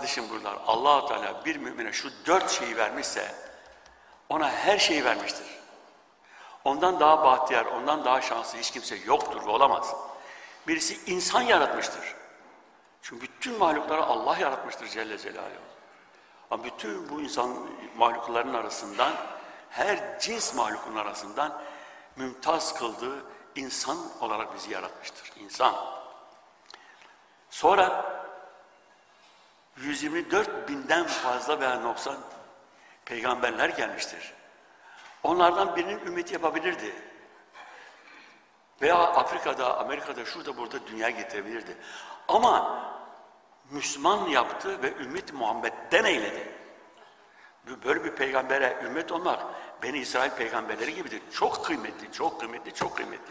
kardeşim buralar, Allah-u Teala bir mümine şu 4 şeyi vermişse ona her şeyi vermiştir. Ondan daha bahtiyar, ondan daha şanslı hiç kimse yoktur ve olamaz. Birisi insan yaratmıştır. Çünkü bütün mahlukları Allah yaratmıştır Celle Celaluhu. Ama bütün bu insan mahlukların arasından, her cins mahlukun arasından mümtaz kıldığı insan olarak bizi yaratmıştır. İnsan. Sonra 124.000'den fazla veya noksan peygamberler gelmiştir. Onlardan birinin ümmeti yapabilirdi. Veya Afrika'da, Amerika'da, şurada, burada dünya getirebilirdi. Ama Müslüman yaptı ve ümmet Muhammed'den eyledi. Böyle bir peygambere ümmet olmak, Beni İsrail peygamberleri gibidir. Çok kıymetli, çok kıymetli, çok kıymetli.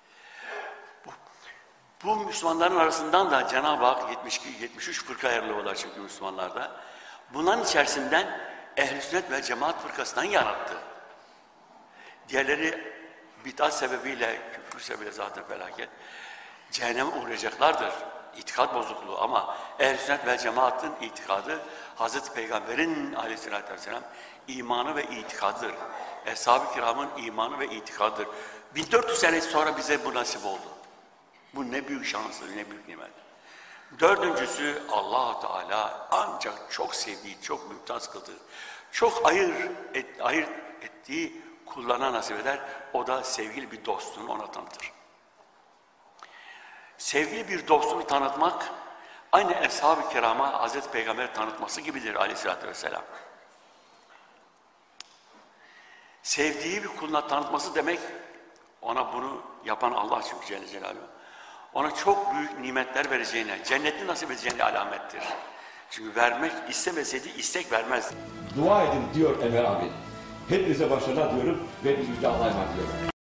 Bu Müslümanların arasından da Cenab-ı Hak 73 fırka ayrılığı var çünkü Müslümanlarda. Bunların içerisinden Ehl-i Sünnet ve Cemaat fırkasından yarattı. Diğerleri bid'at sebebiyle, küfür sebebiyle zaten felaket, cehenneme uğrayacaklardır. İtikat bozukluğu ama Ehl-i Sünnet ve Cemaat'ın itikadı Hazreti Peygamber'in aleyhissalatü vesselam imanı ve itikadıdır. Eshab-ı kiramın imanı ve itikadıdır. 1400 sene sonra bize bu nasip oldu. Bu ne büyük şanslı, ne büyük nimet. Dördüncüsü Allah-u Teala ancak çok sevdiği, çok mümtaz kıldığı, çok ayırt ettiği kullarına nasip eder. O da sevgili bir dostunu ona tanıtır. Sevgili bir dostunu tanıtmak, aynı Eshab-ı Kiram'a Hazreti Peygamber tanıtması gibidir aleyhissalatü vesselam. Sevdiği bir kuluna tanıtması demek, ona bunu yapan Allah çünkü Celle Celaluhu, ona çok büyük nimetler vereceğine, cenneti nasip edeceğine alamettir. Çünkü vermek istemeseydi istek vermez. Dua edin diyor Emre abi. Hepinize başarılar diyorum ve bir müjde Allah'a emanet ediyorum.